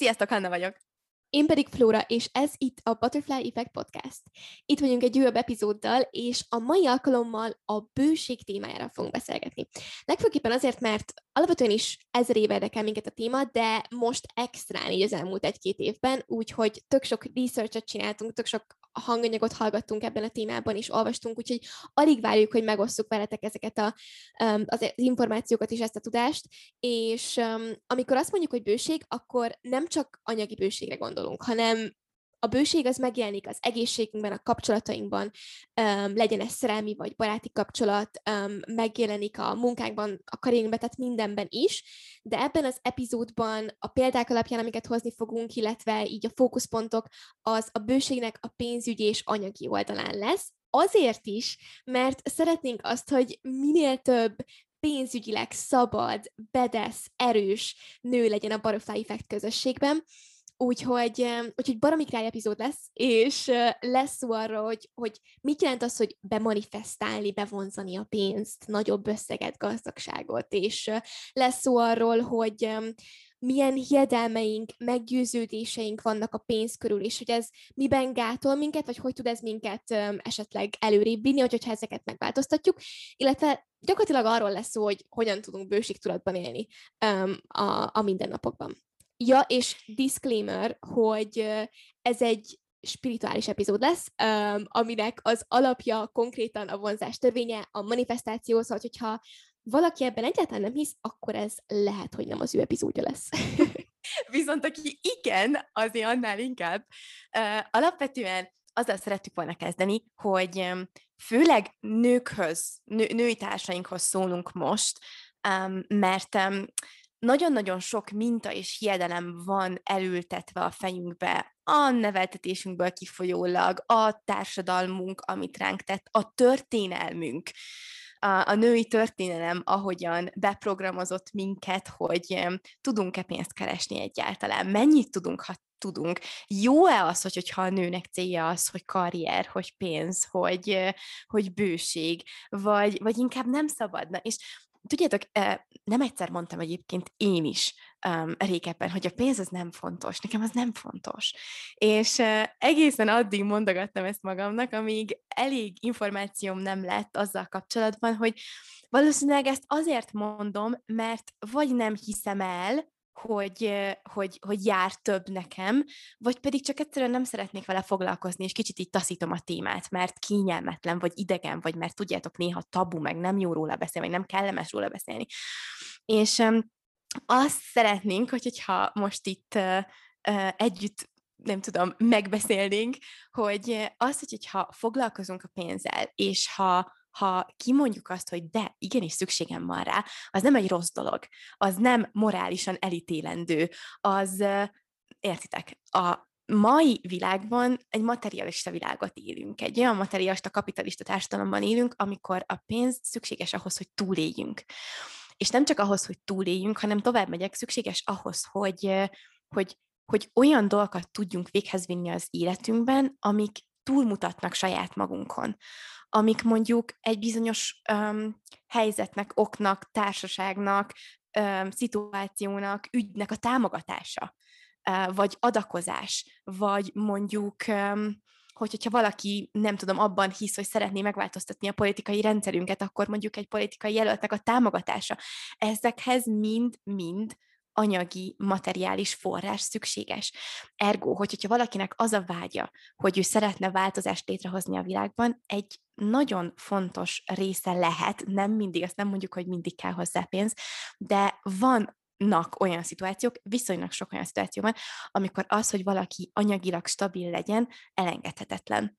Sziasztok, Hanna vagyok! Én pedig Flóra, és ez itt a Butterfly Effect Podcast. Itt vagyunk egy újabb epizóddal, és a mai alkalommal a bőség témájára fogunk beszélgetni. Legfőképpen azért, mert alapvetően is 1000 éve érdekel minket a téma, de most extrán így az elmúlt 1-2 évben, úgyhogy tök sok research-et csináltunk, tök sok hanganyagot hallgattunk ebben a témában, és olvastunk, úgyhogy alig várjuk, hogy megosszuk veletek ezeket az információkat és ezt a tudást, és amikor azt mondjuk, hogy bőség, akkor nem csak anyagi bőségre gondolunk, hanem a bőség az megjelenik az egészségünkben, a kapcsolatainkban, legyen ez szerelmi vagy baráti kapcsolat, megjelenik a munkánkban, a karrierünkben, tehát mindenben is, de ebben az epizódban a példák alapján, amiket hozni fogunk, illetve így a fókuszpontok, az a bőségnek a pénzügyi és anyagi oldalán lesz. Azért is, mert szeretnénk azt, hogy minél több pénzügyileg szabad, bedesz, erős nő legyen a Butterfly Effect közösségben. Úgyhogy baromi király epizód lesz, és lesz szó arra, hogy mit jelent az, hogy bemanifestálni, bevonzani a pénzt, nagyobb összeget, gazdagságot, és lesz szó arról, hogy milyen hiedelmeink, meggyőződéseink vannak a pénz körül, és hogy ez miben gátol minket, vagy hogy tud ez minket esetleg előrébb vinni, hogyha ezeket megváltoztatjuk, illetve gyakorlatilag arról lesz szó, hogy hogyan tudunk bőségtudatban élni a mindennapokban. Ja, és disclaimer, hogy ez egy spirituális epizód lesz, aminek az alapja konkrétan a vonzás törvénye, a manifestáció, szóval, hogyha valaki ebben egyáltalán nem hisz, akkor ez lehet, hogy nem az ő epizódja lesz. Viszont aki igen, azért annál inkább. Alapvetően azzal szerettük volna kezdeni, hogy főleg nőkhöz, női társainkhoz szólunk most, mert nagyon-nagyon sok minta és hiedelem van elültetve a fejünkbe, a neveltetésünkből kifolyólag, a társadalmunk, amit ránk tett, a történelmünk, a női történelem, ahogyan beprogramozott minket, hogy tudunk-e pénzt keresni egyáltalán, mennyit tudunk, ha tudunk. Jó-e az, hogyha a nőnek célja az, hogy karrier, hogy pénz, hogy bőség, vagy inkább nem szabadna. És tudjátok, nem egyszer mondtam egyébként én is régebben, hogy a pénz az nem fontos, nekem az nem fontos. És egészen addig mondogattam ezt magamnak, amíg elég információm nem lett azzal kapcsolatban, hogy valószínűleg ezt azért mondom, mert vagy nem hiszem el, hogy jár több nekem, vagy pedig csak egyszerűen nem szeretnék vele foglalkozni, és kicsit így taszítom a témát, mert kényelmetlen, vagy idegen, vagy mert tudjátok, néha tabu, meg nem jó róla beszélni, vagy nem kellemes róla beszélni. És azt szeretnénk, hogyha most itt együtt, nem tudom, megbeszélnénk, hogy az, hogyha foglalkozunk a pénzzel, és ha kimondjuk azt, hogy de, igenis szükségem van rá, az nem egy rossz dolog, az nem morálisan elítélendő, az, értitek, a mai világban egy materialista világot élünk, egy olyan materialista, kapitalista társadalomban élünk, amikor a pénz szükséges ahhoz, hogy túléljünk. És nem csak ahhoz, hogy túléljünk, hanem tovább megyek, szükséges ahhoz, hogy olyan dolgokat tudjunk véghez vinni az életünkben, amik túlmutatnak saját magunkon, amik mondjuk egy bizonyos helyzetnek, oknak, társaságnak, szituációnak, ügynek a támogatása, vagy adakozás, vagy mondjuk, hogyha valaki, nem tudom, abban hisz, hogy szeretné megváltoztatni a politikai rendszerünket, akkor mondjuk egy politikai jelöltnek a támogatása. Ezekhez mind-mind anyagi, materiális forrás szükséges. Ergo, hogyha valakinek az a vágya, hogy ő szeretne változást létrehozni a világban, egy nagyon fontos része lehet, nem mindig, azt nem mondjuk, hogy mindig kell hozzá pénz, de vannak olyan szituációk, viszonylag sok olyan szituáció van, amikor az, hogy valaki anyagilag stabil legyen, elengedhetetlen.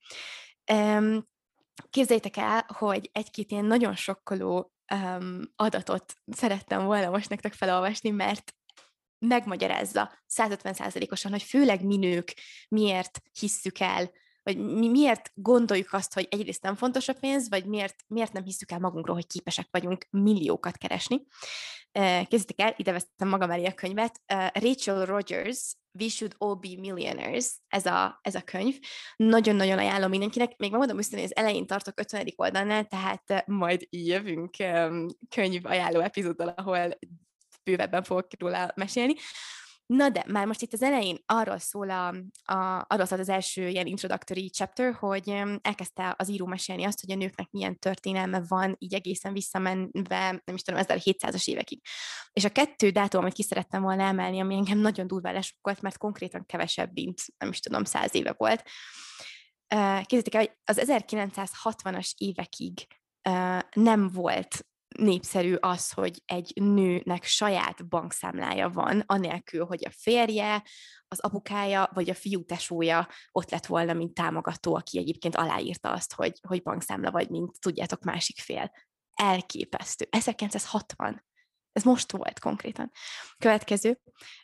Képzeljétek el, hogy egy-két ilyen nagyon sokkoló adatot szerettem volna most nektek felolvasni, mert megmagyarázza 150%-osan, hogy főleg mi nők miért hisszük el, vagy miért gondoljuk azt, hogy egyrészt nem fontos a pénz, vagy miért nem hisszük el magunkról, hogy képesek vagyunk milliókat keresni. Képzeljétek el, ide vesztem magam elé a könyvet. Rachel Rogers, We Should All Be Millionaires, ez a könyv. Nagyon-nagyon ajánlom mindenkinek. Még megmondom őszintén, hogy az elején tartok 50. oldalnál, tehát majd jövünk könyv ajánló epizóddal, ahol bővebben fogok róla mesélni. Na de, már most itt az elején arról szól arról szólt az első ilyen introductory chapter, hogy elkezdte az író mesélni azt, hogy a nőknek milyen történelme van, így egészen visszamenve, nem is tudom, 1700-as évekig. És a 2 dátum, amit ki szerettem volna emelni, ami engem nagyon durván lesokkolt, mert konkrétan kevesebb, mint nem is tudom, 100 éve volt. Képzeljétek el, hogy az 1960-as évekig nem volt népszerű az, hogy egy nőnek saját bankszámlája van, anélkül, hogy a férje, az apukája vagy a fiú tesója ott lett volna, mint támogató, aki egyébként aláírta azt, hogy bankszámla vagy, mint tudjátok, másik fél. Elképesztő. 1960. Ez most volt konkrétan. Következő.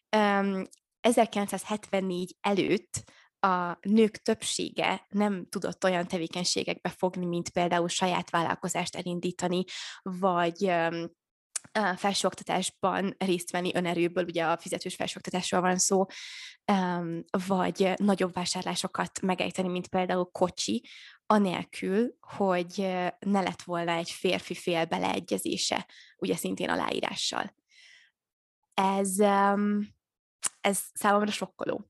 1974 előtt a nők többsége nem tudott olyan tevékenységekbe fogni, mint például saját vállalkozást elindítani, vagy felsőoktatásban részt venni önerőből, ugye a fizetős felsőoktatásról van szó, vagy nagyobb vásárlásokat megejteni, mint például kocsi, anélkül, hogy ne lett volna egy férfi fél beleegyezése, ugye szintén aláírással. Ez számomra sokkoló.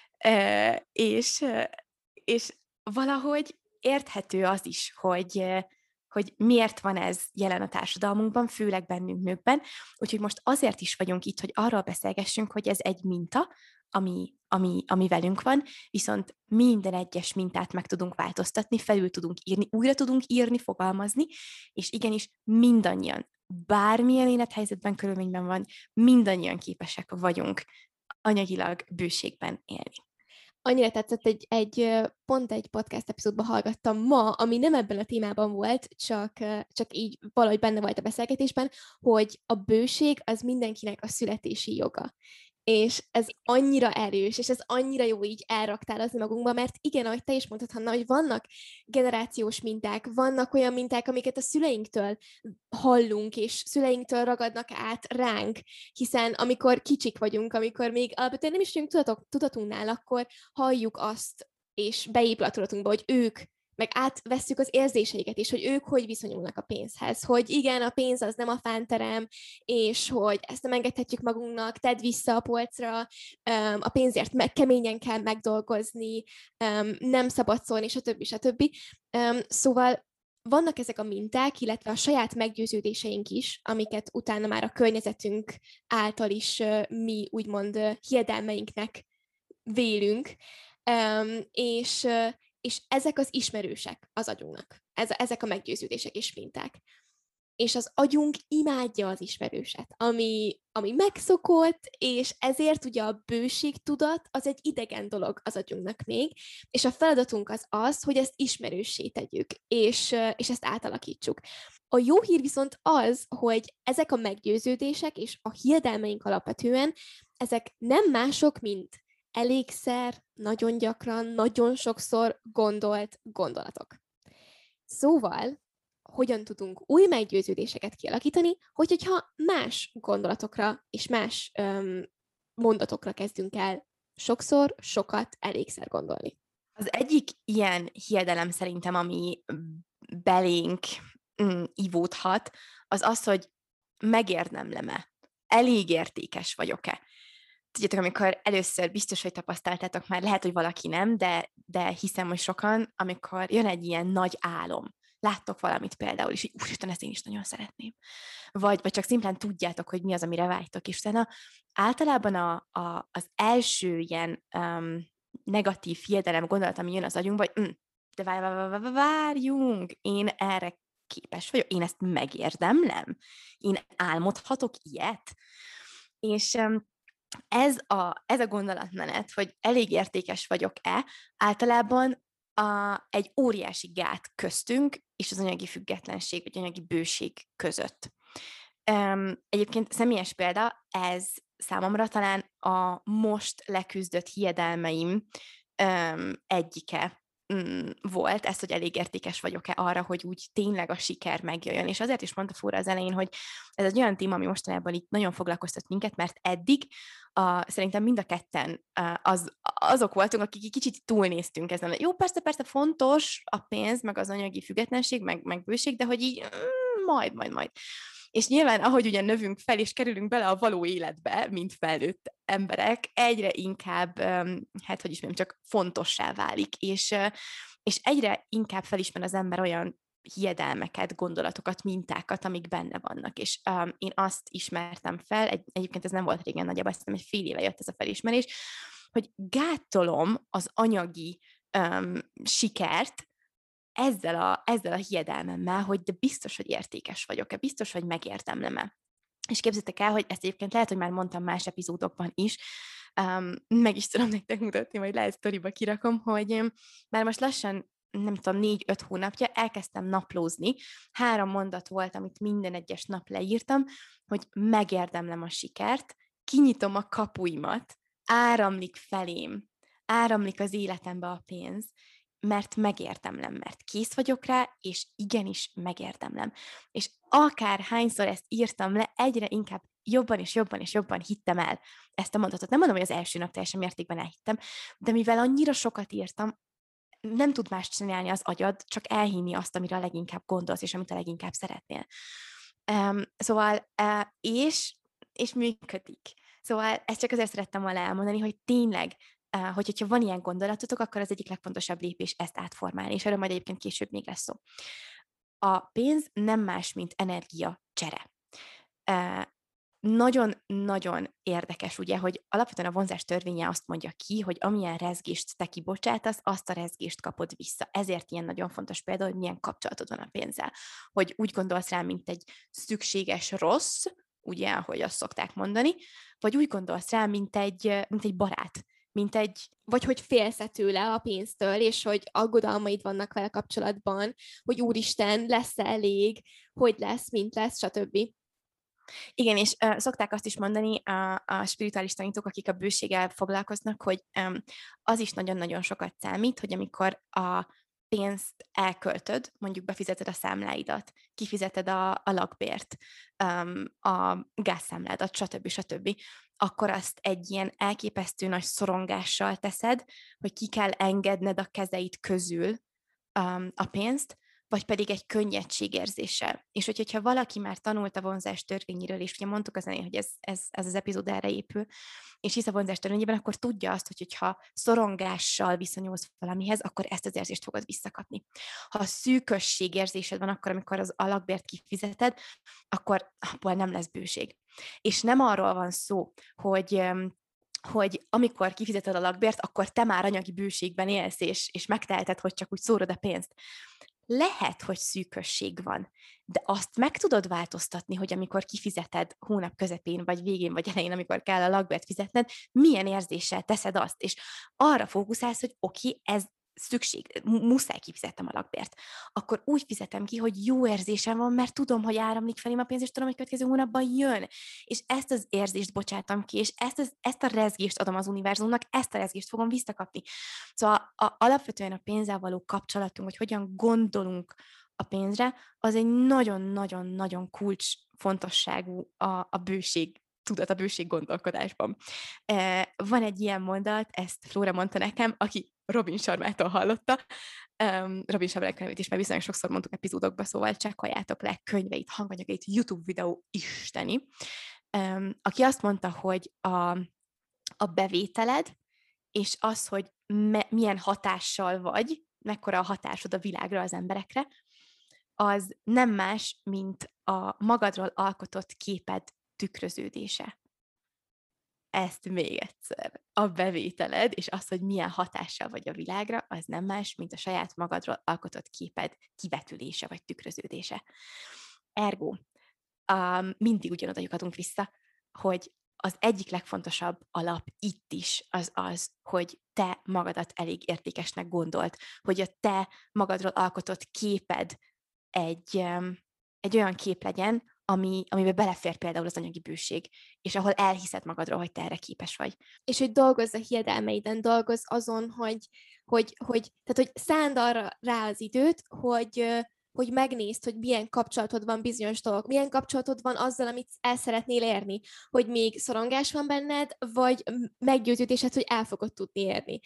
És valahogy érthető az is, hogy miért van ez jelen a társadalmunkban, főleg bennünk nőkben. Úgyhogy most azért is vagyunk itt, hogy arról beszélgessünk, hogy ez egy minta, ami velünk van, viszont minden egyes mintát meg tudunk változtatni, felül tudunk írni, újra tudunk írni, fogalmazni, és igenis mindannyian, bármilyen élethelyzetben, körülményben van, mindannyian képesek vagyunk anyagilag bőségben élni. Annyira tetszett, pont egy podcast epizódban hallgattam ma, ami nem ebben a témában volt, csak így valahogy benne volt a beszélgetésben, hogy a bőség az mindenkinek a születési joga. És ez annyira erős, és ez annyira jó így elraktározni magunkba, mert igen, ahogy te is mondtad, Hanna, hogy vannak generációs minták, vannak olyan minták, amiket a szüleinktől hallunk, és szüleinktől ragadnak át ránk, hiszen amikor kicsik vagyunk, amikor még alapvetően nem is vagyunk tudatunknál, akkor halljuk azt, és beépül a tudatunkba, hogy ők meg átvesszük az érzéseiket is, hogy ők hogy viszonyulnak a pénzhez, hogy igen, a pénz az nem a fánterem, és hogy ezt nem engedhetjük magunknak, tedd vissza a polcra, a pénzért keményen kell megdolgozni, nem szabad szólni, stb. Szóval vannak ezek a minták, illetve a saját meggyőződéseink is, amiket utána már a környezetünk által is mi úgymond hiedelmeinknek vélünk, és ezek az ismerősek az agyunknak. Ezek a meggyőződések és minták. És az agyunk imádja az ismerőset, ami megszokott, és ezért ugye a bőségtudat az egy idegen dolog az agyunknak még, és a feladatunk az, hogy ezt ismerőssé tegyük, és ezt átalakítsuk. A jó hír viszont az, hogy ezek a meggyőződések és a hiedelmeink alapvetően, ezek nem mások, mint elégszer, nagyon gyakran, nagyon sokszor gondolt gondolatok. Szóval, hogyan tudunk új meggyőződéseket kialakítani, hogyha más gondolatokra és más mondatokra kezdünk el sokszor, sokat, elégszer gondolni. Az egyik ilyen hiedelem szerintem, ami belénk ivódhat, az, hogy megérdemlem-e, elég értékes vagyok-e. Tudjátok, amikor először biztos, hogy tapasztaltátok már, lehet, hogy valaki nem, de hiszem, hogy sokan, amikor jön egy ilyen nagy álom, láttok valamit például, és így, úristen, ezt én is nagyon szeretném. Vagy csak szimplán tudjátok, hogy mi az, amire vágytok, és utána általában az első ilyen negatív hiedelem gondolat, ami jön az agyunkba, hogy de várjunk, én erre képes vagyok, én ezt megérdemlem, én álmodhatok ilyet. És ez a gondolatmenet, hogy elég értékes vagyok-e, általában egy óriási gát köztünk és az anyagi függetlenség, vagy anyagi bőség között. Egyébként személyes példa, ez számomra talán a most leküzdött hiedelmeim egyike volt, ez, hogy elég értékes vagyok-e arra, hogy úgy tényleg a siker megjöjjön. És azért is mondta Fóra az elején, hogy ez egy olyan téma, ami mostanában itt nagyon foglalkoztat minket, mert eddig szerintem mind a ketten azok voltunk, akik kicsit túlnéztünk ezen. Jó, persze fontos a pénz, meg az anyagi függetlenség, meg bőség, de hogy így majd. És nyilván, ahogy ugye növünk fel, és kerülünk bele a való életbe, mint felnőtt emberek, egyre inkább, hát hogy is mondjam, csak fontossá válik, és egyre inkább felismer az ember olyan hiedelmeket, gondolatokat, mintákat, amik benne vannak. És én azt ismertem fel, egyébként ez nem volt régen, nagyjából azt hiszem, egy fél éve jött ez a felismerés, hogy gátolom az anyagi sikert ezzel a hiedelmemmel, hogy de biztos, hogy értékes vagyok-e, biztos, hogy megérdemlem-e. És képzeljétek el, hogy ezt egyébként lehet, hogy már mondtam más epizódokban is, meg is tudom nektek mutatni, majd lehet sztoriba kirakom, hogy már most lassan nem tudom, 4-5 hónapja elkezdtem naplózni. 3 mondat volt, amit minden egyes nap leírtam, hogy megérdemlem a sikert, kinyitom a kapuimat, áramlik felém, áramlik az életembe a pénz, mert megérdemlem, mert kész vagyok rá, és igenis megérdemlem. És akárhányszor ezt írtam le, egyre inkább jobban és jobban és jobban hittem el ezt a mondatot. Nem mondom, hogy az első nap teljesen mértékben elhittem, de mivel annyira sokat írtam, nem tud más csinálni az agyad, csak elhinni azt, amire a leginkább gondolsz, és amit a leginkább szeretnél. Szóval, és működik. Szóval ezt csak azért szerettem volna elmondani, hogy tényleg, hogyha van ilyen gondolatotok, akkor az egyik legfontosabb lépés ezt átformálni, és erről majd egyébként később még lesz szó. A pénz nem más, mint energia csere. Nagyon-nagyon érdekes, ugye, hogy alapvetően a vonzás törvénye azt mondja ki, hogy amilyen rezgést te kibocsátasz, azt a rezgést kapod vissza. Ezért ilyen nagyon fontos például, hogy milyen kapcsolatod van a pénzzel. Hogy úgy gondolsz rá, mint egy szükséges rossz, ugye, ahogy azt szokták mondani, vagy úgy gondolsz rá, mint egy barát, vagy hogy félsz tőle a pénztől, és hogy aggodalmaid vannak vele kapcsolatban, hogy úristen, lesz-e elég, hogy lesz, mint lesz, stb. Igen, és szokták azt is mondani a spirituális tanítók, akik a bőséggel foglalkoznak, hogy az is nagyon-nagyon sokat számít, hogy amikor a pénzt elköltöd, mondjuk befizeted a számláidat, kifizeted a lakbért, a gázszámládat, stb., akkor azt egy ilyen elképesztő nagy szorongással teszed, hogy ki kell engedned a kezeid közül a pénzt, vagy pedig egy könnyedségérzéssel. És hogyha valaki már tanult a vonzás törvényéről, és ugye mondtuk az elején, hogy ez az epizód erre épül, és hisz a vonzás törvényében, akkor tudja azt, hogyha szorongással viszonyulsz valamihez, akkor ezt az érzést fogod visszakapni. Ha szűkösségérzésed van akkor, amikor az alakbért kifizeted, akkor abból nem lesz bőség. És nem arról van szó, hogy amikor kifizeted a lakbért, akkor te már anyagi bőségben élsz, és megteheted, hogy csak úgy szórod a pénzt. Lehet, hogy szűkösség van, de azt meg tudod változtatni, hogy amikor kifizeted hónap közepén, vagy végén, vagy elején, amikor kell a lakbért fizetned, milyen érzéssel teszed azt, és arra fókuszálsz, hogy oké, ez szükség, muszáj kifizettem a lakbért. Akkor úgy fizetem ki, hogy jó érzésem van, mert tudom, hogy áramlik felém a pénz, és tudom, hogy következő hónapban jön. És ezt az érzést bocsátom ki, és ezt a rezgést adom az univerzumnak, ezt a rezgést fogom visszakapni. Szóval alapvetően a pénzzel való kapcsolatunk, hogy hogyan gondolunk a pénzre, az egy nagyon-nagyon-nagyon kulcs fontosságú a bőség tudat, a bőség gondolkodásban. Van egy ilyen mondat, ezt Flóra mondta nekem, aki Robin Sharmától hallotta. Robin Sharma könyvét is már viszonylag sokszor mondtuk epizódokba, szóval csekkoljátok le könyveit, hanganyagait, YouTube videó isteni. Aki azt mondta, hogy a bevételed, és az, hogy milyen hatással vagy, mekkora a hatásod a világra, az emberekre, az nem más, mint a magadról alkotott képed tükröződése. Ezt még egyszer. A bevételed, és az, hogy milyen hatással vagy a világra, az nem más, mint a saját magadról alkotott képed kivetülése vagy tükröződése. Ergo, mindig ugyanoda lyukadunk vissza, hogy az egyik legfontosabb alap itt is az, hogy te magadat elég értékesnek gondolt, hogy a te magadról alkotott képed egy olyan kép legyen, amiben belefér például az anyagi bőség, és ahol elhiszed magadról, hogy te erre képes vagy. És hogy dolgozz a hiedelmeiden, dolgozz azon, hogy szánd arra rá az időt, hogy megnézd, hogy milyen kapcsolatod van bizonyos dolgok, milyen kapcsolatod van azzal, amit el szeretnél érni, hogy még szorongás van benned, vagy meggyőződésed, hogy el fogod tudni érni.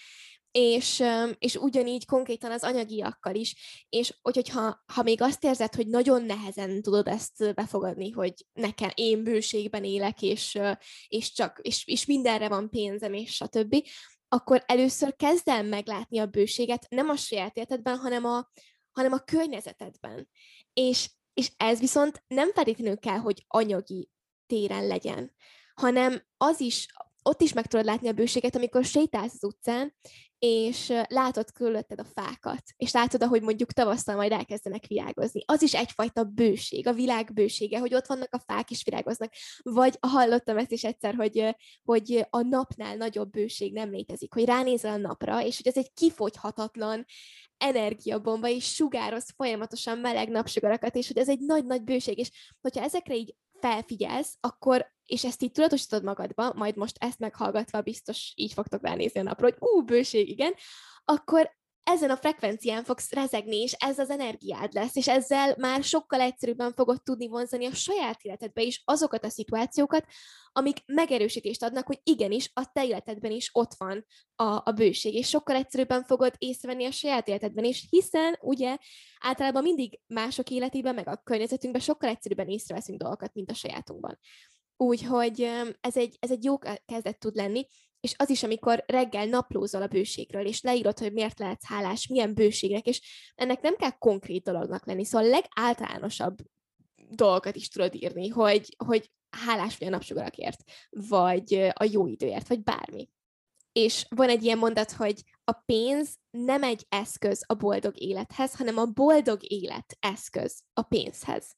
és ugyanígy konkrétan az anyagiakkal is, és hogyha még azt érzed, hogy nagyon nehezen tudod ezt befogadni, hogy nekem én bőségben élek, és mindenre van pénzem, és stb., akkor először kezd el meglátni a bőséget nem a saját életedben, hanem a környezetedben. És ez viszont nem feltétlenül kell, hogy anyagi téren legyen, hanem ott is meg tudod látni a bőséget, amikor sétálsz az utcán, és látod körülötted a fákat, és látod, ahogy mondjuk tavasszal majd elkezdenek virágozni. Az is egyfajta bőség, a világ bősége, hogy ott vannak a fák és virágoznak. Vagy hallottam ezt is egyszer, hogy a napnál nagyobb bőség nem létezik, hogy ránézel a napra, és hogy ez egy kifogyhatatlan energiabomba, és sugároz folyamatosan meleg napsugarakat, és hogy ez egy nagy-nagy bőség, és hogyha ezekre így felfigyelsz, akkor, és ezt így tudatosítod magadba, majd most ezt meghallgatva biztos így fogtok ránézni a napra, hogy bőség, igen, akkor ezen a frekvencián fogsz rezegni, és ez az energiád lesz, és ezzel már sokkal egyszerűbben fogod tudni vonzani a saját életedbe is azokat a szituációkat, amik megerősítést adnak, hogy igenis, a te életedben is ott van a bőség, és sokkal egyszerűbben fogod észrevenni a saját életedben is, hiszen ugye általában mindig mások életében, meg a környezetünkben sokkal egyszerűbben észreveszünk dolgokat, mint a sajátunkban. Úgyhogy ez egy jó kezdet tud lenni, és az is, amikor reggel naplózol a bőségről, és leírod, hogy miért lehetsz hálás, milyen bőségnek, és ennek nem kell konkrét dolognak lenni, szóval a legáltalánosabb dolgokat is tudod írni, hogy hálás vagy a napsugarakért, vagy a jó időért, vagy bármi. És van egy ilyen mondat, hogy a pénz nem egy eszköz a boldog élethez, hanem a boldog élet eszköz a pénzhez.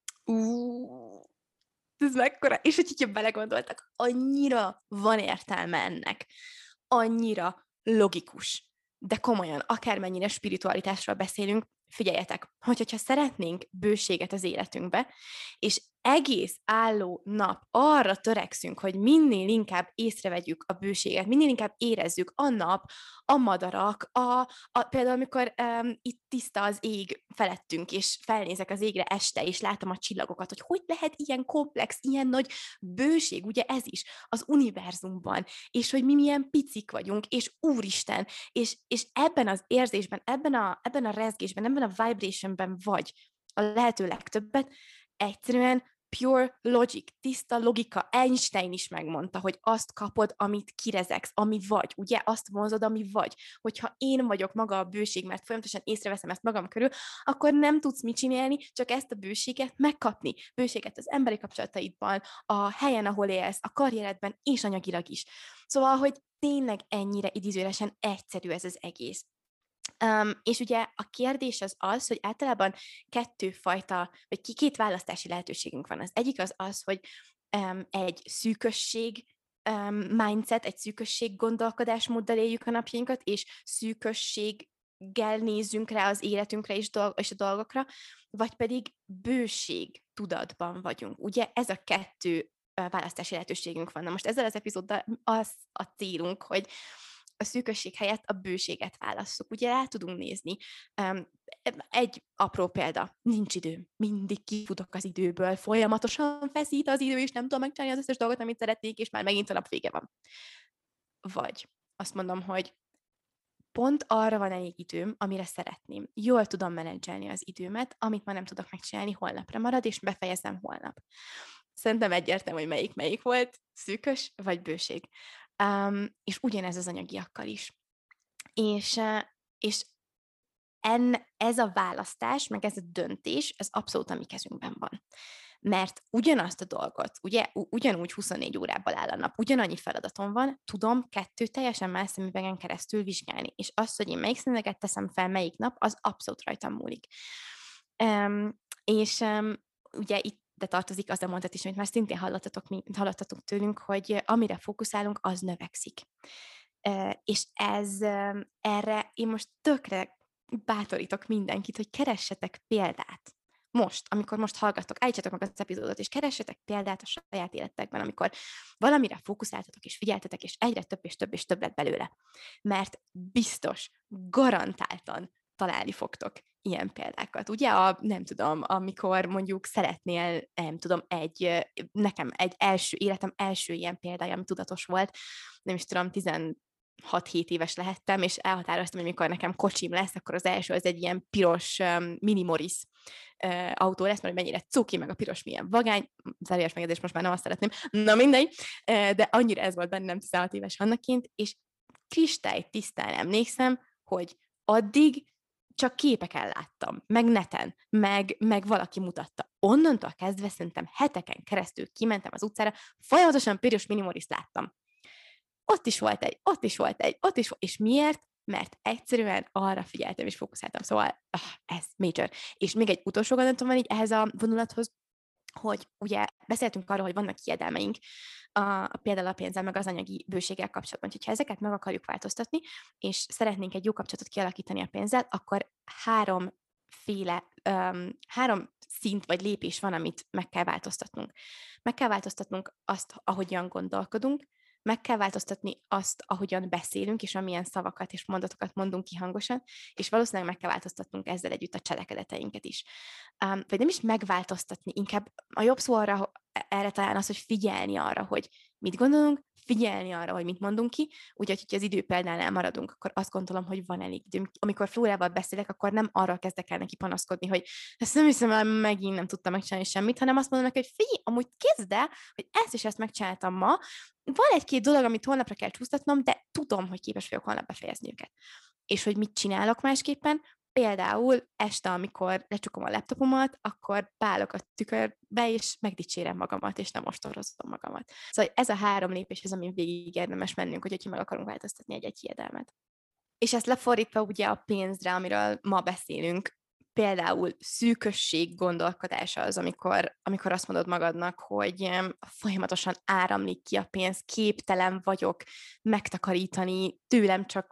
Ez mekkora, és hogyha belegondoltak, annyira van értelme ennek, annyira logikus, de komolyan, akármennyire spiritualitásról beszélünk, figyeljetek, hogyha szeretnénk bőséget az életünkbe, és egész álló nap arra törekszünk, hogy minél inkább észrevegyük a bőséget, minél inkább érezzük a nap, a madarak, például amikor itt tiszta az ég felettünk, és felnézek az égre este, és látom a csillagokat, hogy lehet ilyen komplex, ilyen nagy bőség, ugye ez is az univerzumban, és hogy mi milyen picik vagyunk, és Úristen, és ebben az érzésben, ebben a rezgésben, ebben a vibrationben vagy a lehető legtöbbet, egyszerűen pure logic, tiszta logika. Einstein is megmondta, hogy azt kapod, amit kirezegsz, ami vagy, ugye? Azt vonzod, ami vagy. Hogyha én vagyok maga a bőség, mert folyamatosan észreveszem ezt magam körül, akkor nem tudsz mit csinálni, csak ezt a bőséget megkapni. Bőséget az emberi kapcsolataidban, a helyen, ahol élsz, a karrieredben, és anyagilag is. Szóval, hogy tényleg ennyire idézőjelesen egyszerű ez az egész. És ugye a kérdés az, hogy általában két választási lehetőségünk van. Az egyik az, hogy egy szűkösség mindset, egy szűkösség gondolkodásmóddal éljük a napjainkat, és szűkösséggel nézzünk rá az életünkre és a dolgokra, vagy pedig bőség tudatban vagyunk. Ugye ez a kettő választási lehetőségünk van. Na most ezzel az epizóddal az a célunk, hogy a szűkösség helyett a bőséget válasszuk. Ugye rá tudunk nézni. Egy apró példa, nincs idő. Mindig kifutok az időből, folyamatosan feszít az idő, és nem tudom megcsinálni az összes dolgot, amit szeretnék, és már megint a nap vége van. Vagy azt mondom, hogy pont arra van elég időm, amire szeretném. Jól tudom menedzselni az időmet, amit ma nem tudok megcsinálni, holnapra marad, és befejezem holnap. Szerintem egyértelmű, hogy melyik volt, szűkös vagy bőség. És ugyanez az anyagiakkal is. És ez a választás, meg ez a döntés, ez abszolút a mi kezünkben van. Mert ugyanazt a dolgot, ugye, ugyanúgy 24 órában áll a nap, ugyanannyi feladatom van, tudom 2 teljesen más szemüvegen keresztül vizsgálni. És az, hogy én melyik szemüveget teszem fel, melyik nap, az abszolút rajtam múlik. Ugye itt de tartozik az a mondat is, amit már szintén hallottatok tőlünk, hogy amire fókuszálunk, az növekszik. És erre én most tökre bátorítok mindenkit, hogy keressetek példát. Amikor most hallgattok, állítsatok meg az epizódot, és keressetek példát a saját életekben, amikor valamire fókuszáltatok, és figyeltetek, és egyre több és több és több lett belőle. Mert biztos, garantáltan találni fogtok ilyen példákat. Ugye, nem tudom, amikor mondjuk szeretnél, nem tudom, nekem egy életem első ilyen példája, ami tudatos volt, nem is tudom, 6-7 éves lehettem, és elhatároztam, hogy mikor nekem kocsim lesz, akkor az első az egy ilyen piros Mini Morris autó lesz, mert mennyire cuki, meg a piros milyen vagány, zárójeles megjegyzés, most már nem azt szeretném, na mindegy, de annyira ez volt bennem 16 éves annaként, és kristálytisztán emlékszem, hogy addig csak képeken láttam, meg neten, meg valaki mutatta. Onnantól kezdve szerintem heteken keresztül kimentem az utcára, folyamatosan piros Mini Morris láttam. Ott is volt egy, ott is volt egy, ott is volt. És miért? Mert egyszerűen arra figyeltem és fókuszáltam. Szóval ez major. És még egy utolsó gondolatom van így ehhez a vonulathoz, hogy ugye beszéltünk arról, hogy vannak kijedelmeink, például a pénzzel, meg az anyagi bőséggel kapcsolatban. Hogyha ezeket meg akarjuk változtatni, és szeretnénk egy jó kapcsolatot kialakítani a pénzzel, akkor három szint vagy lépés van, amit meg kell változtatnunk. Meg kell változtatnunk azt, ahogyan gondolkodunk, meg kell változtatni azt, ahogyan beszélünk, és amilyen szavakat és mondatokat mondunk ki hangosan, és valószínűleg meg kell változtatnunk ezzel együtt a cselekedeteinket is. Vagy nem is megváltoztatni, inkább a jobb szó erre talán az, hogy figyelni arra, hogy mit gondolunk, figyelni arra, hogy mit mondunk ki, úgyhogy, hogyha az időpéldánál maradunk, akkor azt gondolom, hogy van elég időm. Amikor Flórával beszélek, akkor nem arra kezdek el neki panaszkodni, hogy ezt nem hiszem el, megint nem tudtam megcsinálni semmit, hanem azt mondom neki, hogy figyelj, amúgy kezd el, hogy ezt és ezt megcsináltam ma, van egy-két dolog, amit holnapra kell csúsztatnom, de tudom, hogy képes vagyok holnap befejezni őket. És hogy mit csinálok másképpen, például este, amikor lecsukom a laptopomat, akkor beállok a tükörbe, és megdicsérem magamat, és nem ostorozom magamat. Szóval ez a 3 lépés az, amin végig érdemes mennünk, hogyha meg akarunk változtatni egy hiedelmet. És ezt lefordítva ugye a pénzre, amiről ma beszélünk, például szűkösség gondolkodása az, amikor azt mondod magadnak, hogy folyamatosan áramlik ki a pénz, képtelen vagyok megtakarítani, tőlem csak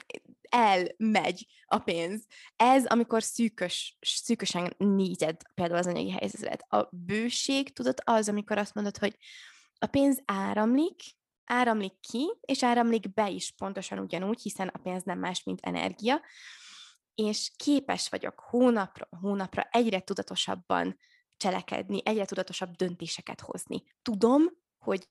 elmegy a pénz. Ez, amikor szűkösen nézed például az anyagi helyzetet. A bőség, tudod, az, amikor azt mondod, hogy a pénz áramlik ki, és áramlik be is pontosan ugyanúgy, hiszen a pénz nem más, mint energia, és képes vagyok hónapra egyre tudatosabban cselekedni, egyre tudatosabb döntéseket hozni. Tudom, hogy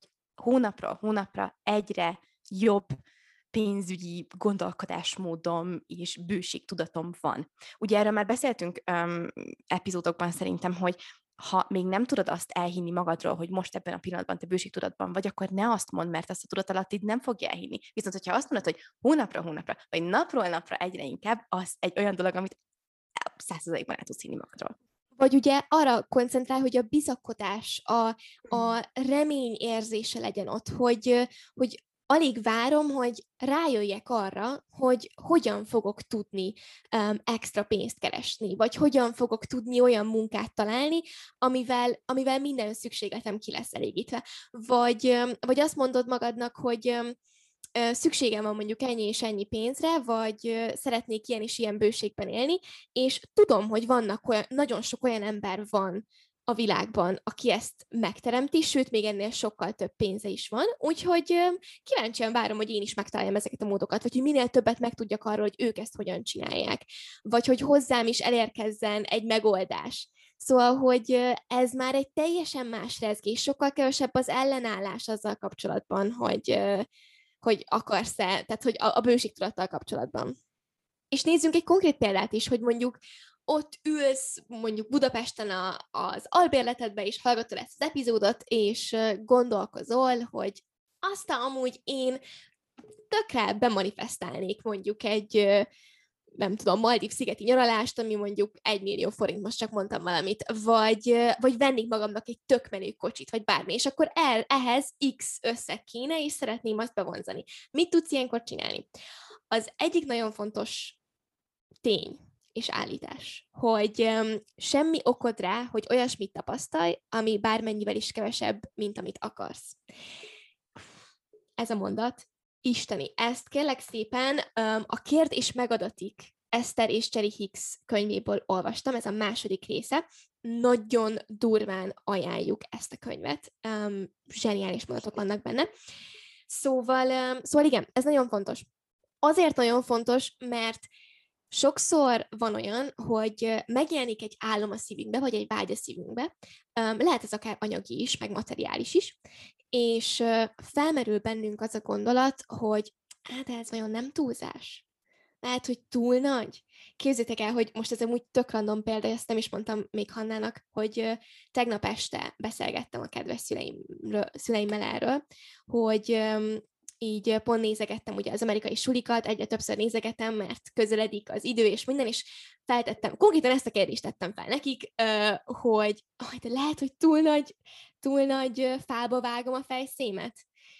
hónapra egyre jobb pénzügyi gondolkodásmódom és bőségtudatom van. Ugye erről már beszéltünk epizódokban szerintem, hogy ha még nem tudod azt elhinni magadról, hogy most ebben a pillanatban te bőségtudatban vagy, akkor ne azt mondd, mert azt a tudatalattid nem fogja elhinni. Viszont, hogyha azt mondod, hogy hónapra, vagy napról napra egyre inkább, az egy olyan dolog, amit 100%-ban el tudsz hinni magadról. Vagy ugye arra koncentrál, hogy a bizakodás, a remény érzése legyen ott, hogy alig várom, hogy rájöjjek arra, hogy hogyan fogok tudni extra pénzt keresni, vagy hogyan fogok tudni olyan munkát találni, amivel minden szükségletem ki lesz elégítve. Vagy azt mondod magadnak, hogy szükségem van mondjuk ennyi és ennyi pénzre, vagy szeretnék ilyen és ilyen bőségben élni, és tudom, hogy nagyon sok olyan ember van a világban, aki ezt megteremti, sőt, még ennél sokkal több pénze is van, úgyhogy kíváncsian várom, hogy én is megtaláljam ezeket a módokat, vagy hogy minél többet megtudjak arról, hogy ők ezt hogyan csinálják, vagy hogy hozzám is elérkezzen egy megoldás. Szóval, hogy ez már egy teljesen más rezgés, sokkal kevesebb az ellenállás azzal kapcsolatban, hogy akarsz-e, tehát hogy a bőségtudattal kapcsolatban. És nézzünk egy konkrét példát is, hogy mondjuk ott ülsz mondjuk Budapesten az albérletedbe, és hallgatod ezt az epizódot, és gondolkozol, hogy amúgy én tökre bemanifestálnék mondjuk egy, nem tudom, Maldív-szigeti nyaralást, ami mondjuk 1 millió forint, most csak mondtam valamit, vagy vennék magamnak egy tök menő kocsit, vagy bármi, és akkor ehhez X összeg kéne, és szeretném azt bevonzani. Mit tudsz ilyenkor csinálni? Az egyik nagyon fontos tény és állítás, hogy semmi okod rá, hogy olyasmit tapasztalj, ami bármennyivel is kevesebb, mint amit akarsz. Ez a mondat isteni. Ezt kérlek szépen a Kérd és megadatik Eszter és Cherry Hicks könyvéből olvastam, ez a 2. része. Nagyon durván ajánljuk ezt a könyvet. Zseniális mondatok vannak benne. Szóval igen, ez nagyon fontos. Azért nagyon fontos, mert sokszor van olyan, hogy megjelenik egy álom a szívünkbe, vagy egy vágy a szívünkbe. Lehet ez akár anyagi is, meg materiális is, és felmerül bennünk az a gondolat, hogy Hát ez vajon nem túlzás? Lehet, hogy túl nagy? Képzeljétek el, hogy most ez amúgy tök random példa, ezt nem is mondtam még Hannának, hogy tegnap este beszélgettem a kedves szüleimmel erről, hogy így pont nézegettem ugye az amerikai sulikat, egyre többször nézegetem, mert közeledik az idő és minden, és feltettem, konkrétan ezt a kérdést tettem fel nekik, hogy de lehet, hogy túl nagy fába vágom a fejszémet.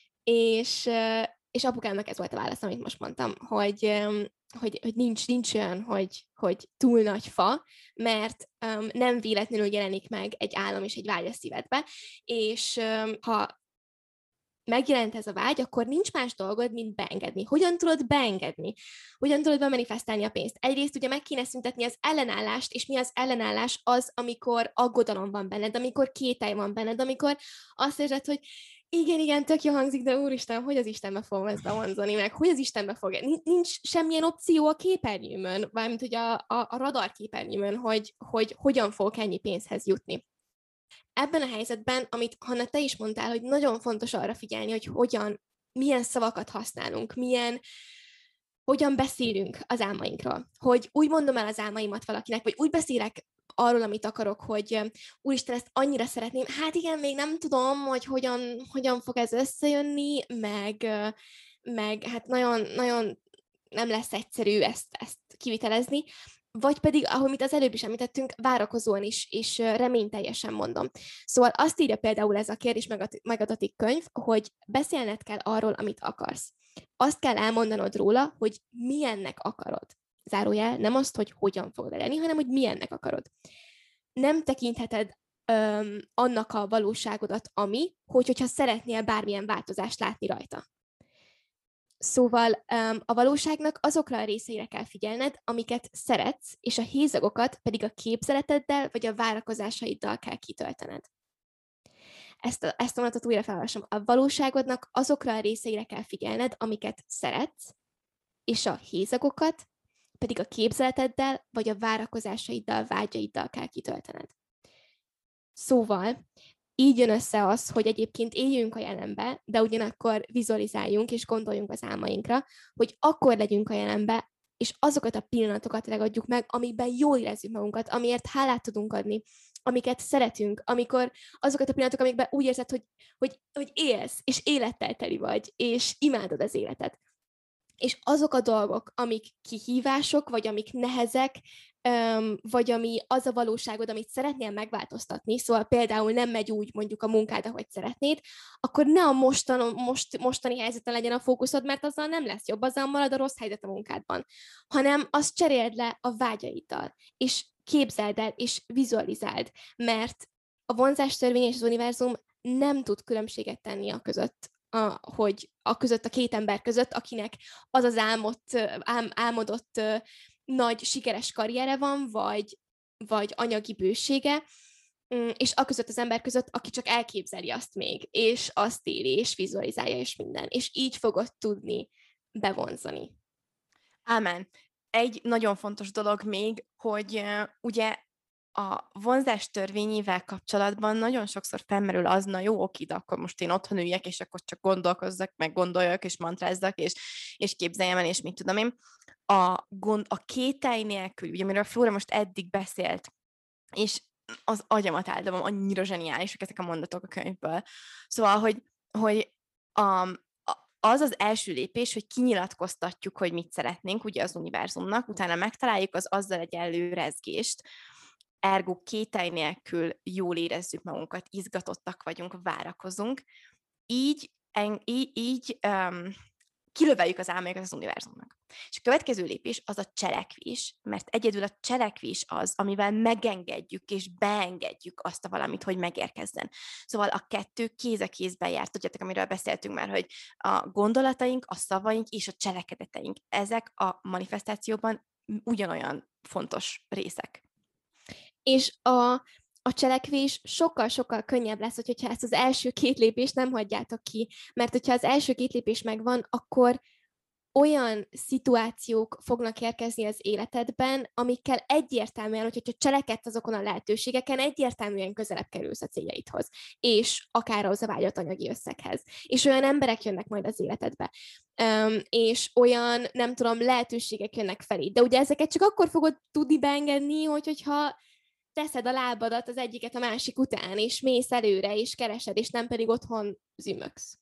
És apukámnak ez volt a válasz, amit most mondtam, hogy nincs olyan, hogy túl nagy fa, mert nem véletlenül jelenik meg egy álom és egy vágy a szívedbe, és ha megjelent ez a vágy, akkor nincs más dolgod, mint beengedni. Hogyan tudod beengedni? Hogyan tudod bemanifestálni a pénzt? Egyrészt ugye meg kéne szüntetni az ellenállást, és mi az ellenállás? Az, amikor aggodalom van benned, amikor kételj van benned, amikor azt érzed, hogy igen, tök jó hangzik, de úristen, hogy az Istenbe fogom ezt bevonzani, meg hogy az Istenbe fog... Nincs semmilyen opció a képernyőmön, valamint hogy a radar képernyőmön, hogy hogyan fogok ennyi pénzhez jutni. Ebben a helyzetben, amit Hanna, te is mondtál, hogy nagyon fontos arra figyelni, hogy milyen szavakat használunk, hogyan beszélünk az álmainkról. Hogy úgy mondom el az álmaimat valakinek, vagy úgy beszélek arról, amit akarok, hogy úristen, ezt annyira szeretném, hát igen, még nem tudom, hogy hogyan fog ez összejönni, meg hát nagyon, nagyon nem lesz egyszerű ezt kivitelezni, vagy pedig, ahogy az előbb is említettünk, várakozóan is, és reményteljesen mondom. Szóval azt írja például ez a kérdés megadatik könyv, hogy beszélned kell arról, amit akarsz. Azt kell elmondanod róla, hogy milyennek akarod. Zárójel, nem azt, hogy hogyan fogod elérni, hanem hogy milyennek akarod. Nem tekintheted annak a valóságodat, hogyha szeretnél bármilyen változást látni rajta. Szóval a valóságnak azokra a részeire kell figyelned, amiket szeretsz, és a hézagokat pedig a képzeleteddel vagy a várakozásaiddal kell kitöltened. Ezt a mondatot újra felolvasom. A valóságodnak azokra a részeire kell figyelned, amiket szeretsz, és a hézagokat pedig a képzeleteddel vagy a várakozásaiddal, vágyaiddal kell kitöltened. Szóval így jön össze az, hogy egyébként éljünk a jelenbe, de ugyanakkor vizualizáljunk és gondoljunk az álmainkra, hogy akkor legyünk a jelenbe, és azokat a pillanatokat ragadjuk meg, amikben jól érezzük magunkat, amiért hálát tudunk adni, amiket szeretünk, amikor azokat a pillanatok, amikben úgy érzed, hogy élsz, és élettel teli vagy, és imádod az életet. És azok a dolgok, amik kihívások, vagy amik nehezek, vagy ami az a valóságod, amit szeretnél megváltoztatni, szóval például nem megy úgy mondjuk a munkád, ahogy szeretnéd, akkor ne a mostani helyzeten legyen a fókuszod, mert azzal nem lesz jobb, azzal marad a rossz helyzet a munkádban, hanem azt cseréld le a vágyaiddal, és képzeld el, és vizualizáld, mert a vonzástörvény és az univerzum nem tud különbséget tenni a között a két ember között, akinek az az álmodott nagy sikeres karriere van, vagy anyagi bősége, és aközött az ember között, aki csak elképzeli azt még, és azt éli, és vizualizálja, és minden. És így fogod tudni bevonzani. Ámen. Egy nagyon fontos dolog még, hogy ugye a vonzás törvényével kapcsolatban nagyon sokszor felmerül az, na jó, oké, de akkor most én otthon üljek, és akkor csak gondolkozzak, meg gondoljak, és mantrázzak, és képzeljem el, és mit tudom én. A kételj nélkül, ugye, amiről Flóra most eddig beszélt, és az agyamat áldom, annyira zseniálisak ezek a mondatok a könyvből. Szóval, hogy az az első lépés, hogy kinyilatkoztatjuk, hogy mit szeretnénk, ugye az univerzumnak, utána megtaláljuk az azzal egyenlő rezgést, ergo kételj nélkül jól érezzük magunkat, izgatottak vagyunk, várakozunk, így kilöveljük az álmainkat az univerzumnak. És a következő lépés az a cselekvés, mert egyedül a cselekvés az, amivel megengedjük és beengedjük azt a valamit, hogy megérkezzen. Szóval a kettő kéz a kézben jár. Tudjátok, amiről beszéltünk már, hogy a gondolataink, a szavaink és a cselekedeteink, ezek a manifestációban ugyanolyan fontos részek. És a cselekvés sokkal-sokkal könnyebb lesz, hogyha ezt az első két lépést nem hagyjátok ki. Mert hogyha az első két lépés megvan, akkor olyan szituációk fognak érkezni az életedben, amikkel egyértelműen, hogyha cselekedsz azokon a lehetőségeken, egyértelműen közelebb kerülsz a céljaidhoz, és akár az a vágyott anyagi összeghez. És olyan emberek jönnek majd az életedbe, és olyan, nem tudom, lehetőségek jönnek felé. De ugye ezeket csak akkor fogod tudni beengedni, hogyha teszed a lábadat az egyiket a másik után, és mész előre, és keresed, és nem pedig otthon zümögsz.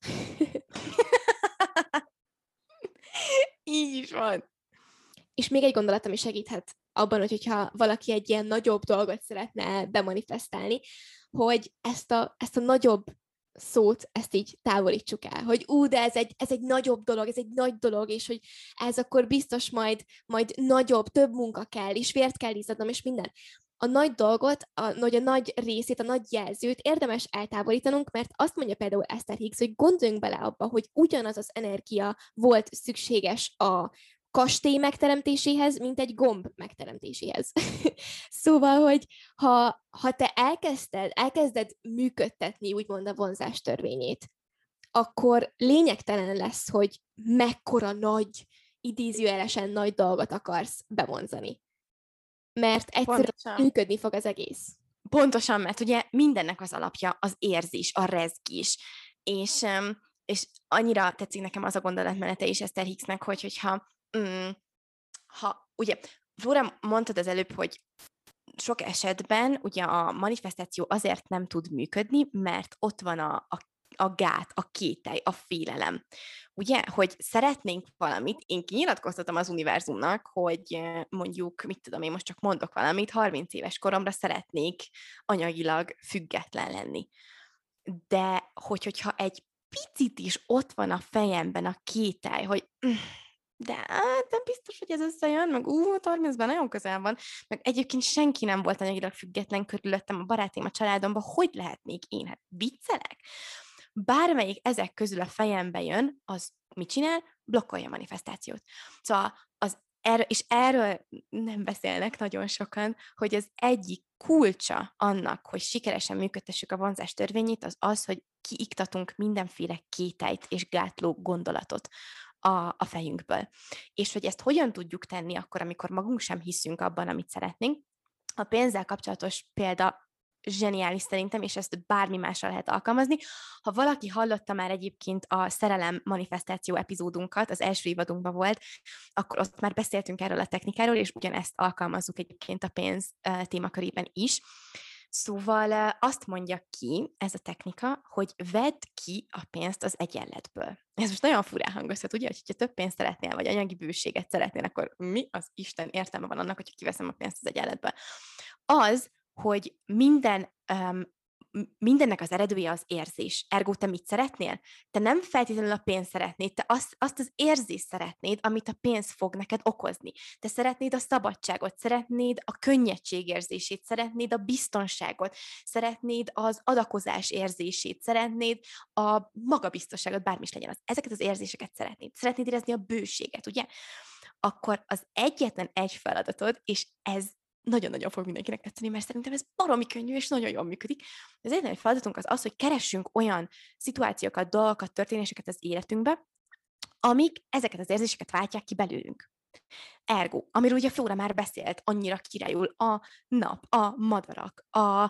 Így is van. És még egy gondolatom is segíthet abban, hogyha valaki egy ilyen nagyobb dolgot szeretne bemanifestálni, hogy ezt a nagyobb szót, ezt így távolítsuk el, hogy de ez egy nagyobb dolog, ez egy nagy dolog, és hogy ez akkor biztos majd nagyobb, több munka kell, és vért kell izzadnom, és minden. A nagy dolgot, a nagy részét, a nagy jelzőt érdemes eltávolítanunk, mert azt mondja például Esther Hicks, hogy gondoljunk bele abba, hogy ugyanaz az energia volt szükséges a kastély megteremtéséhez, mint egy gomb megteremtéséhez. Szóval, hogy ha te elkezded működtetni, úgymond a vonzás törvényét, akkor lényegtelen lesz, hogy mekkora nagy, idézőjelesen nagy dolgot akarsz bevonzani. Mert egyszerűen működni fog az egész. Pontosan, mert ugye mindennek az alapja az érzés, a rezgés. És annyira tetszik nekem az a gondolatmenete is Esther Hicksnek, hogyha ugye, Flóra, mondtad az előbb, hogy sok esetben ugye a manifestáció azért nem tud működni, mert ott van a gát, a kételj, a félelem. Ugye, hogy szeretnénk valamit, én kinyilatkoztatom az univerzumnak, hogy mondjuk, mit tudom, én most csak mondok valamit, 30 éves koromra szeretnék anyagilag független lenni. De hogyha egy picit is ott van a fejemben a kételj, hogy de nem biztos, hogy ez összejön, meg 30-ben nagyon közel van, meg egyébként senki nem volt anyagilag független körülöttem, a barátaim, a családomban, hogy lehetnék én? Hát viccelek? Bármelyik ezek közül a fejembe jön, az mit csinál? Blokkolja a manifestációt. Szóval erről nem beszélnek nagyon sokan, hogy az egyik kulcsa annak, hogy sikeresen működtessük a vonzás törvényét, az, hogy kiiktatunk mindenféle kételyt és gátló gondolatot a fejünkből. És hogy ezt hogyan tudjuk tenni akkor, amikor magunk sem hiszünk abban, amit szeretnénk. A pénzzel kapcsolatos példa zseniális szerintem, és ezt bármi másra lehet alkalmazni. Ha valaki hallotta már egyébként a szerelem manifestáció epizódunkat, az első évadunkban volt, akkor ott már beszéltünk erről a technikáról, és ugyanezt alkalmazzuk egyébként a pénz témakörében is. Szóval azt mondja ki ez a technika, hogy vedd ki a pénzt az egyenletből. Ez most nagyon furán hangozhat, ugye, hogyha több pénzt szeretnél, vagy anyagi bőséget szeretnél, akkor mi az Isten értelme van annak, hogyha kiveszem a pénzt az egyenletből? Az, hogy mindennek az eredője az érzés. Ergo, te mit szeretnél? Te nem feltétlenül a pénzt szeretnéd, te azt az érzést szeretnéd, amit a pénz fog neked okozni. Te szeretnéd a szabadságot, szeretnéd a könnyedség érzését, szeretnéd a biztonságot, szeretnéd az adakozás érzését, szeretnéd a magabiztosságot, bármi is legyen az. Ezeket az érzéseket szeretnéd. Szeretnéd érezni a bőséget, ugye? Akkor az egyetlen egy feladatod, és ez nagyon-nagyon fog mindenkinek tetszeni, mert szerintem ez baromi könnyű, és nagyon jól működik. Az egyetlen feladatunk az, hogy keressünk olyan szituációkat, dolgokat, történéseket az életünkbe, amik ezeket az érzéseket váltják ki belőlünk. Ergo, amiről ugye Flóra már beszélt, annyira királyul a nap, a madarak,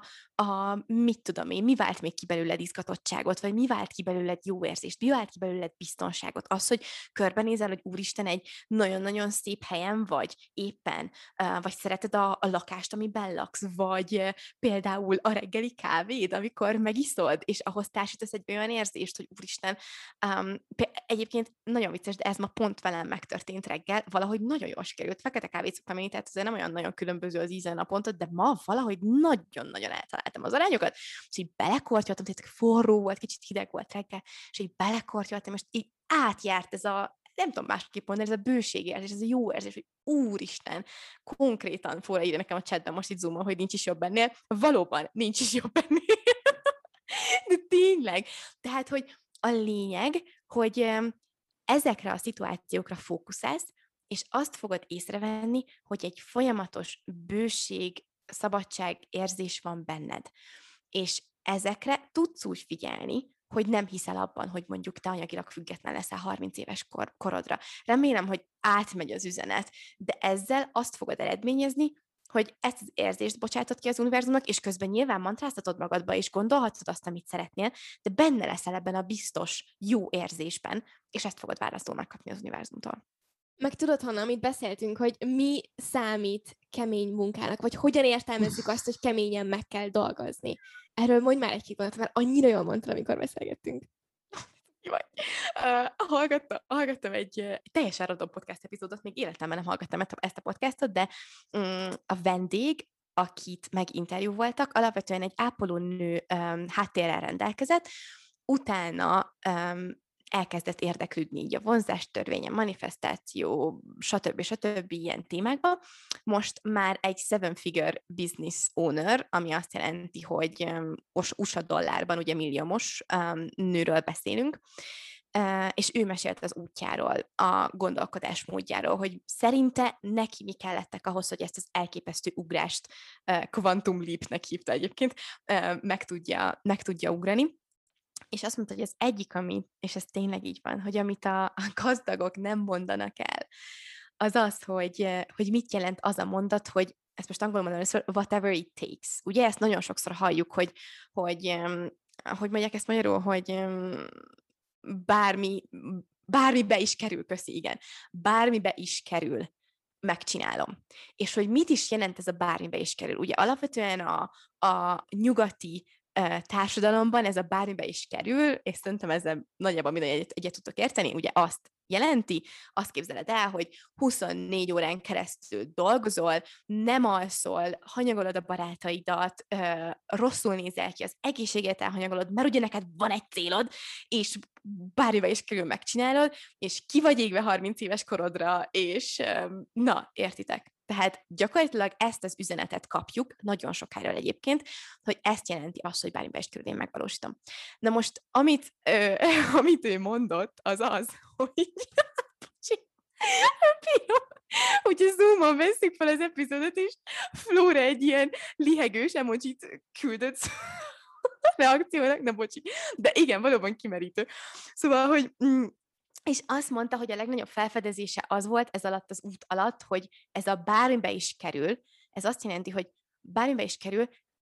mit tudom én, mi vált még ki belőled izgatottságot, vagy mi vált ki belőled jó érzést, mi vált ki belőled biztonságot, az, hogy körbenézel, hogy úristen, egy nagyon-nagyon szép helyen vagy éppen, vagy szereted a lakást, amiben laksz, vagy például a reggeli kávéd, amikor megiszod, és ahhoz társítasz egy olyan érzést, hogy úristen, egyébként nagyon vicces, de ez ma pont velem megtörtént reggel, valahogy nagyon jól sikerült. Fekete kávét szoktam enni, tehát azért nem olyan nagyon különböző az íze naponta, de ma valahogy nagyon-nagyon eltaláltam az arányokat, és így belekortyoltam, tehát forró volt, kicsit hideg volt reggel, és így belekortyoltam, és így átjárt ez nem tudom másképp mondani, ez a bőségérzés, ez a jó érzés, hogy úristen, konkrétan Flóra írja nekem a chatben, most itt zoomon, hogy nincs is jobb ennél, valóban nincs is jobb ennél. De tényleg. Tehát, hogy a lényeg, hogy ezekre a szituációkra fókuszálsz, és azt fogod észrevenni, hogy egy folyamatos bőség, szabadság érzés van benned. És ezekre tudsz úgy figyelni, hogy nem hiszel abban, hogy mondjuk te anyagilag független leszel 30 éves korodra. Remélem, hogy átmegy az üzenet, de ezzel azt fogod eredményezni, hogy ezt az érzést bocsátod ki az univerzumnak, és közben nyilván mantráztatod magadba, és gondolhatod azt, amit szeretnél, de benne leszel ebben a biztos, jó érzésben, és ezt fogod válaszul megkapni az univerzumtól. Meg tudod, Hanna, amit beszéltünk, hogy mi számít kemény munkának, vagy hogyan értelmezzük azt, hogy keményen meg kell dolgozni. Erről mondj már egy-két mondatot, mert annyira jól mondtad, amikor beszélgettünk. Vagy. Hallgattam egy teljesen random podcast epizódot, még életemben nem hallgattam ezt a podcastot, de a vendég, akit meginterjúvoltak, alapvetően egy ápolónő háttérrel rendelkezett, utána elkezdett érdeklődni így a vonzástörvény, a manifestáció, stb. Ilyen témákban. Most már egy 7-figure business owner, ami azt jelenti, hogy USA dollárban, ugye milliómos nőről beszélünk, és ő mesélt az útjáról, a gondolkodásmódjáról, hogy szerinte neki mi kellettek ahhoz, hogy ezt az elképesztő ugrást, Quantum Leap-nek hívta egyébként, meg tudja ugrani. És azt mondta, hogy az egyik, és ez tényleg így van, hogy amit a gazdagok nem mondanak el, az az, hogy mit jelent az a mondat, hogy ezt most angolul mondom először, whatever it takes. Ugye ezt nagyon sokszor halljuk, hogy mondják ezt magyarul, hogy bármibe is kerül, köszi, igen. Bármibe is kerül, megcsinálom. És hogy mit is jelent ez a bármibe is kerül? Ugye alapvetően a nyugati társadalomban ez a bármibe is kerül, és szerintem ezzel nagyjából minden egyet tudtok érteni, ugye azt jelenti, azt képzeled el, hogy 24 órán keresztül dolgozol, nem alszol, hanyagolod a barátaidat, rosszul nézel ki, az egészséget elhanyagolod, mert ugye neked van egy célod, és bármibe is kerül megcsinálod, és ki vagy égve 30 éves korodra, és na, értitek? Tehát gyakorlatilag ezt az üzenetet kapjuk, nagyon sokáról egyébként, hogy ezt jelenti azt, hogy bármibe is kerül, én megvalósítom. Na most, amit ő mondott, az az, hogy hogyha Zoom-on veszik fel az epizódot, és Flóra egy ilyen lihegős emojit küldött reakciónak, na bocsi, de igen, valóban kimerítő. Szóval, hogy és azt mondta, hogy a legnagyobb felfedezése az volt ez alatt az út alatt, hogy ez a bármibe is kerül, ez azt jelenti, hogy bármibe is kerül,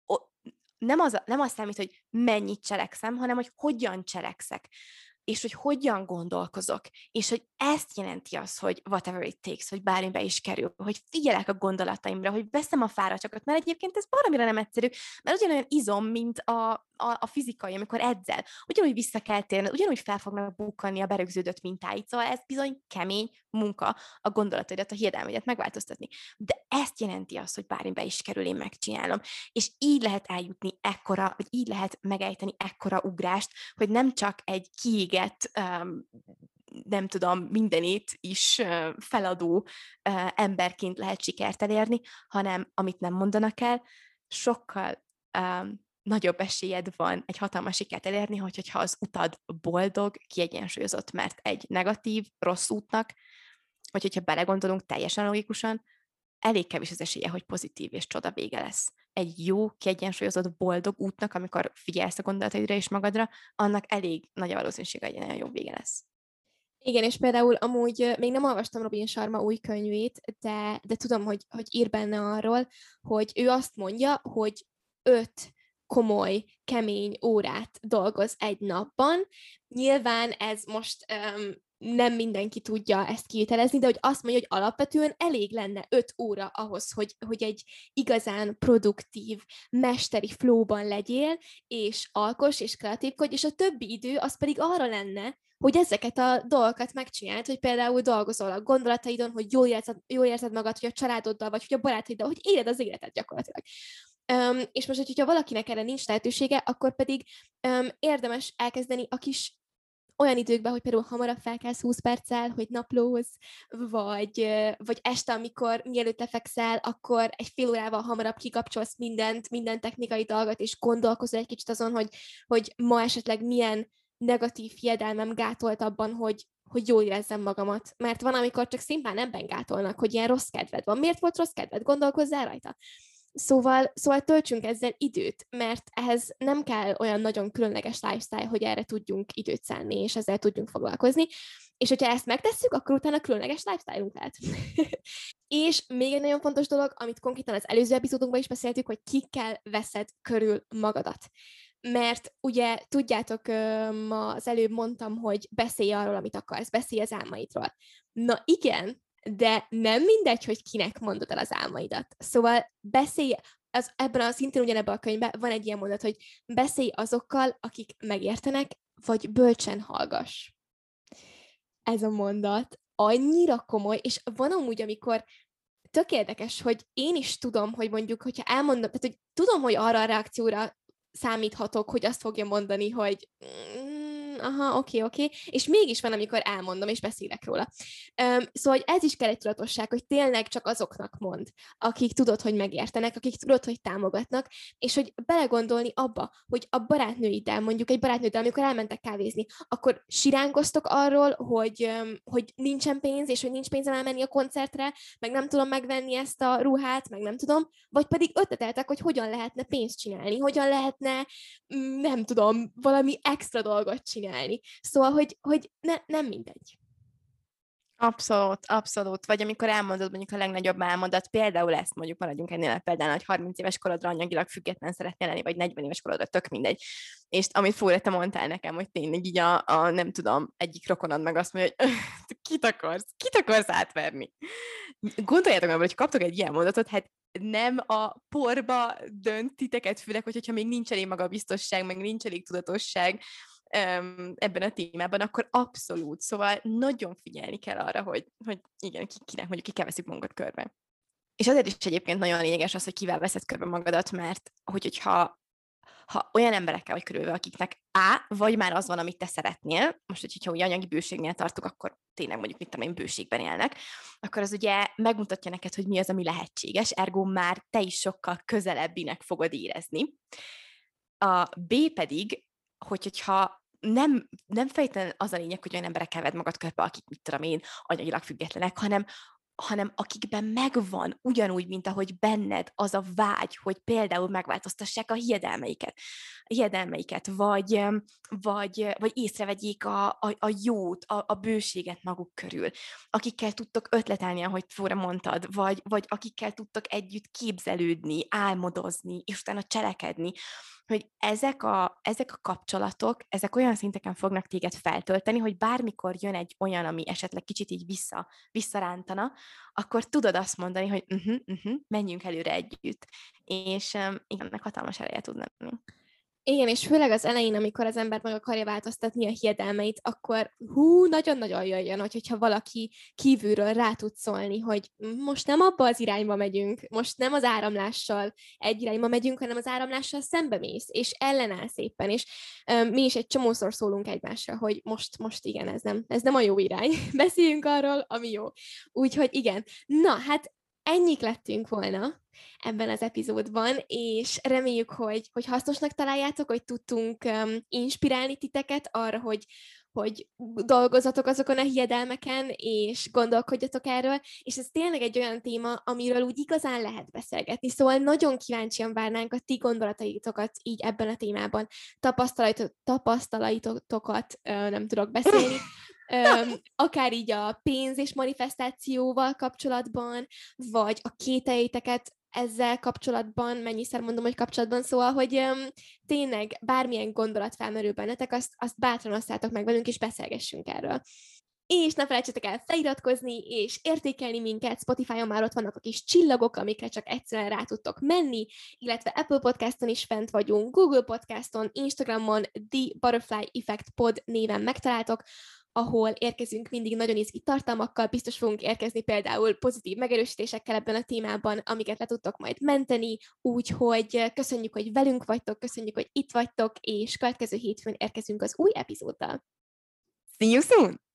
nem az számít, hogy mennyit cselekszem, hanem hogy hogyan cselekszek, és hogy hogyan gondolkozok, és hogy ezt jelenti az, hogy whatever it takes, hogy bármibe is kerül, hogy figyelek a gondolataimra, hogy veszem a fáradtságot, mert egyébként ez valamire nem egyszerű, mert ugyanolyan izom, mint a fizikai, amikor edzel. Ugyanúgy vissza kell térned, ugyanúgy fel fognak bukkanni a berögződött mintáid, szóval ez bizony kemény munka a gondolataidat, a hiedelmeidet megváltoztatni. De ezt jelenti az, hogy bármibe is kerül, én megcsinálom. És így lehet eljutni ekkora, vagy így lehet megejteni ekkora ugrást, hogy nem csak egy kiégett, nem tudom, mindenét is feladó emberként lehet sikert elérni, hanem amit nem mondanak el, sokkal nagyobb esélyed van egy hatalmas sikert elérni, hogyha az utad boldog, kiegyensúlyozott, mert egy negatív, rossz útnak, vagy hogyha belegondolunk teljesen logikusan, elég kevés az esélye, hogy pozitív és csoda vége lesz. Egy jó, kiegyensúlyozott, boldog útnak, amikor figyelsz a gondolataidra és magadra, annak elég nagy a valószínűsége, hogy egy nagyon jó vége lesz. Igen, és például amúgy még nem olvastam Robin Sharma új könyvét, de tudom, hogy ír benne arról, hogy ő azt mondja, hogy 5 komoly, kemény órát dolgoz egy napban. Nyilván ez most nem mindenki tudja ezt kivitelezni, de hogy azt mondja, hogy alapvetően elég lenne 5 óra ahhoz, hogy egy igazán produktív, mesteri flowban legyél, és alkoss, és kreatívkodj, és a többi idő az pedig arra lenne, hogy ezeket a dolgokat megcsináld, hogy például dolgozol a gondolataidon, hogy jól érzed magad, hogy a családoddal, vagy hogy a barátaiddal, hogy éled az életet gyakorlatilag. És most, hogyha valakinek erre nincs lehetősége, akkor pedig érdemes elkezdeni a kis olyan időkben, hogy például hamarabb felkelsz 20 perccel, hogy naplóz, vagy este, amikor mielőtt lefekszel, akkor egy fél órával hamarabb kikapcsolsz minden technikai dolgot, és gondolkozol egy kicsit azon, hogy ma esetleg milyen negatív hiedelmem gátolt abban, hogy jól érezzem magamat. Mert van, amikor csak szimplán ebben gátolnak, hogy ilyen rossz kedved van. Miért volt rossz kedved? Gondolkozzál rajta. Szóval töltsünk ezzel időt, mert ehhez nem kell olyan nagyon különleges lifestyle, hogy erre tudjunk időt szánni, és ezzel tudjunk foglalkozni. És hogyha ezt megtesszük, akkor utána különleges lifestyle-unk lehet. És még egy nagyon fontos dolog, amit konkrétan az előző epizódunkban is beszéltük, hogy kikkel veszed körül magadat. Mert ugye tudjátok, ma az előbb mondtam, hogy beszélj arról, amit akarsz, beszélj az álmaidról. Na igen, de nem mindegy, hogy kinek mondod el az álmaidat. Szóval beszélj, ebben a szintén ugyanebben a könyvben van egy ilyen mondat, hogy beszélj azokkal, akik megértenek, vagy bölcsen hallgass. Ez a mondat annyira komoly, és van amúgy, amikor tök érdekes, hogy én is tudom, hogy mondjuk, hogyha elmondom, tehát hogy tudom, hogy arra a reakcióra számíthatok, hogy azt fogja mondani, hogy aha, oké, és mégis van, amikor elmondom, és beszélek róla. Szóval ez is kell egy tudatosság, hogy tényleg csak azoknak mond, akik tudod, hogy megértenek, akik tudod, hogy támogatnak, és hogy belegondolni abba, hogy a barátnőiddel, mondjuk egy barátnőiddel, amikor elmentek kávézni, akkor sirángoztok arról, hogy nincsen pénz, és hogy nincs pénzem elmenni a koncertre, meg nem tudom megvenni ezt a ruhát, meg nem tudom, vagy pedig ötleteltek, hogy hogyan lehetne pénzt csinálni, hogyan lehetne, nem tudom, valami extra dolgot csinálni. Szóval, hogy nem mindegy. Abszolút. Vagy amikor elmondod mondjuk a legnagyobb álmodat, például ezt mondjuk maradjunk ennél a példánál, hogy 30 éves korodra anyagilag független szeretnél lenni, vagy 40 éves korodra, tök mindegy. És amit Fúra, te mondtál nekem, hogy tényleg így a nem tudom, egyik rokonod meg azt mondja, hogy kit akarsz átverni? Gondoljátok meg, hogy kaptok egy ilyen mondatot, hát nem a porba dönt titeket, főleg, hogyha még nincs elég magabiztosság, meg nincs elég tudatosság ebben a témában, akkor abszolút. Szóval nagyon figyelni kell arra, hogy igen, kinek mondjuk ki kell veszük magunkat körbe. És azért is egyébként nagyon lényeges az, hogy kivel veszed körbe magadat, mert hogyha olyan emberekkel vagy körülbelül, akiknek vagy már az van, amit te szeretnél, most, hogyha úgy anyagi bőségnél tartok, akkor tényleg mondjuk, mit tudom én, bőségben élnek, akkor az ugye megmutatja neked, hogy mi az, ami lehetséges, ergo már te is sokkal közelebbinek fogod érezni. A B pedig, hogyha nem fejtelen az a lényeg, hogy olyan emberekkel vedd magad körbe, akik, mit tudom én, anyagilag függetlenek, hanem akikben megvan, ugyanúgy, mint ahogy benned az a vágy, hogy például megváltoztassák a hiedelmeiket, vagy észrevegyék a jót, a bőséget maguk körül, akikkel tudtok ötletelni, ahogy Flóra mondtad, vagy akikkel tudtok együtt képzelődni, álmodozni, és utána cselekedni, hogy ezek a kapcsolatok, ezek olyan szinteken fognak téged feltölteni, hogy bármikor jön egy olyan, ami esetleg kicsit így visszarántana, akkor tudod azt mondani, hogy menjünk előre együtt. És igen, ennek hatalmas ereje tud lenni. Igen, és főleg az elején, amikor az ember meg akarja változtatni a hiedelmeit, akkor nagyon-nagyon jöjjön, hogyha valaki kívülről rá tud szólni, hogy most nem abba az irányba megyünk, most nem az áramlással egy irányba megyünk, hanem az áramlással szembe mész, és ellenállsz éppen, és mi is egy csomószor szólunk egymásra, hogy most igen, ez nem a jó irány. Beszéljünk arról, ami jó. Úgyhogy igen. Na, hát ennyik lettünk volna ebben az epizódban, és reméljük, hogy hasznosnak találjátok, hogy tudtunk inspirálni titeket arra, hogy dolgozzatok azokon a hiedelmeken, és gondolkodjatok erről, és ez tényleg egy olyan téma, amiről úgy igazán lehet beszélgetni, szóval nagyon kíváncsian várnánk a ti gondolataitokat így ebben a témában, tapasztalatokat nem tudok beszélni, akár így a pénz és manifestációval kapcsolatban, vagy a kételjeiteket ezzel kapcsolatban, mennyiszer mondom, hogy kapcsolatban, szóval, hogy tényleg bármilyen gondolat felmerül bennetek, azt bátran osszátok meg velünk, és beszélgessünk erről. És ne felejtsetek el feliratkozni, és értékelni minket, Spotify-on már ott vannak a kis csillagok, amikre csak egyszerűen rá tudtok menni, illetve Apple Podcaston is fent vagyunk, Google Podcaston, Instagramon, The Butterfly Effect Pod néven megtaláltok, ahol érkezünk mindig nagyon izgi tartalmakkal, biztos fogunk érkezni például pozitív megerősítésekkel ebben a témában, amiket le tudtok majd menteni, úgyhogy köszönjük, hogy velünk vagytok, köszönjük, hogy itt vagytok, és következő hétfőn érkezünk az új epizóddal. See you soon!